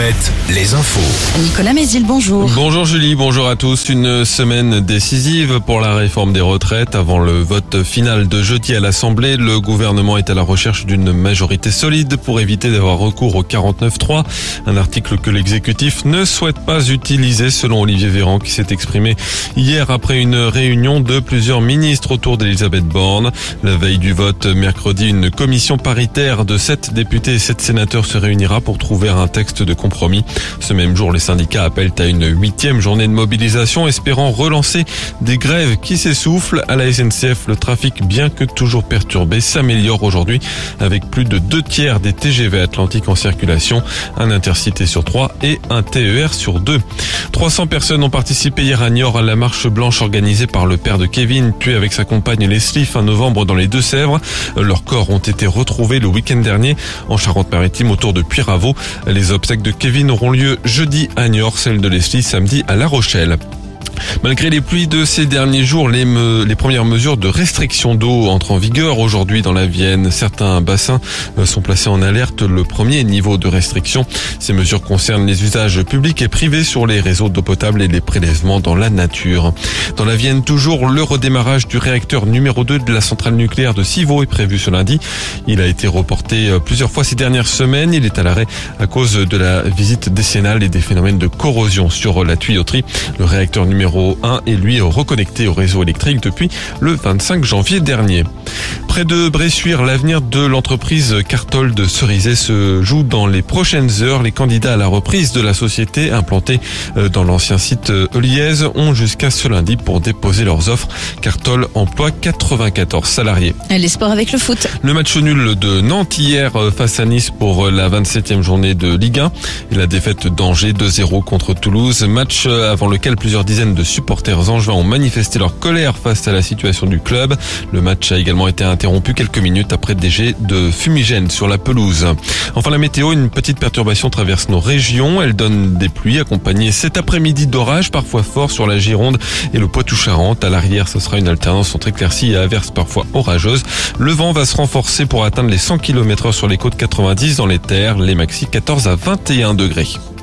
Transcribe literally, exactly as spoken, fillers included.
Alouette, les infos. Nicolas Mézil, bonjour. Bonjour Julie, bonjour à tous. Une semaine décisive pour la réforme des retraites. Avant le vote final de jeudi à l'Assemblée, le gouvernement est à la recherche d'une majorité solide pour éviter d'avoir recours au quarante-neuf trois. Un article que l'exécutif ne souhaite pas utiliser selon Olivier Véran qui s'est exprimé hier après une réunion de plusieurs ministres autour d'Elisabeth Borne. La veille du vote mercredi, une commission paritaire de sept députés et sept sénateurs se réunira pour trouver un texte de compromis. Ce même jour, les syndicats appellent à une huitième journée de mobilisation, espérant relancer des grèves qui s'essoufflent. À la S N C F, le trafic, bien que toujours perturbé, s'améliore aujourd'hui avec plus de deux tiers des T G V Atlantique en circulation, un intercité sur trois et un T E R sur deux. trois cents personnes ont participé hier à Niort à la marche blanche organisée par le père de Kevin, tué avec sa compagne Leslie fin novembre dans les Deux-Sèvres. Leurs corps ont été retrouvés le week-end dernier en Charente-Maritime autour de Puyraveau. Les obsèques de Kevin auront lieu jeudi à Niort, celle de Leslie samedi à La Rochelle. Malgré les pluies de ces derniers jours, les, me, les premières mesures de restriction d'eau entrent en vigueur aujourd'hui dans la Vienne. Certains bassins sont placés en alerte, le premier niveau de restriction. Ces mesures concernent les usages publics et privés sur les réseaux d'eau potable et les prélèvements dans la nature. Dans la Vienne, toujours, le redémarrage du réacteur numéro deux de la centrale nucléaire de Civaux est prévu ce lundi. Il a été reporté plusieurs fois ces dernières semaines. Il est à l'arrêt à cause de la visite décennale et des phénomènes de corrosion sur la tuyauterie. Le réacteur numéro un est lui reconnecté au réseau électrique depuis le vingt-cinq janvier dernier. Près de Bressuire, l'avenir de l'entreprise Cartol de Cerizay se joue dans les prochaines heures. Les candidats à la reprise de la société implantée dans l'ancien site Heuliez ont jusqu'à ce lundi pour déposer leurs offres. Cartol emploie quatre-vingt-quatorze salariés. Les sports avec le foot. Le match nul de Nantes hier face à Nice pour la vingt-septième journée de Ligue un et la défaite d'Angers deux zéro contre Toulouse. Match avant lequel plusieurs dizaines de supporters angevins ont manifesté leur colère face à la situation du club. Le match a également été interrompu quelques minutes après des jets de fumigène sur la pelouse. Enfin la météo, une petite perturbation traverse nos régions. Elle donne des pluies accompagnées cet après-midi d'orages parfois forts sur la Gironde et le Poitou-Charentes. À l'arrière, ce sera une alternance entre éclaircies et averses parfois orageuses. Le vent va se renforcer pour atteindre les cent kilomètres heure sur les côtes quatre-vingt-dix dans les terres. Les maxi quatorze à vingt et un degrés.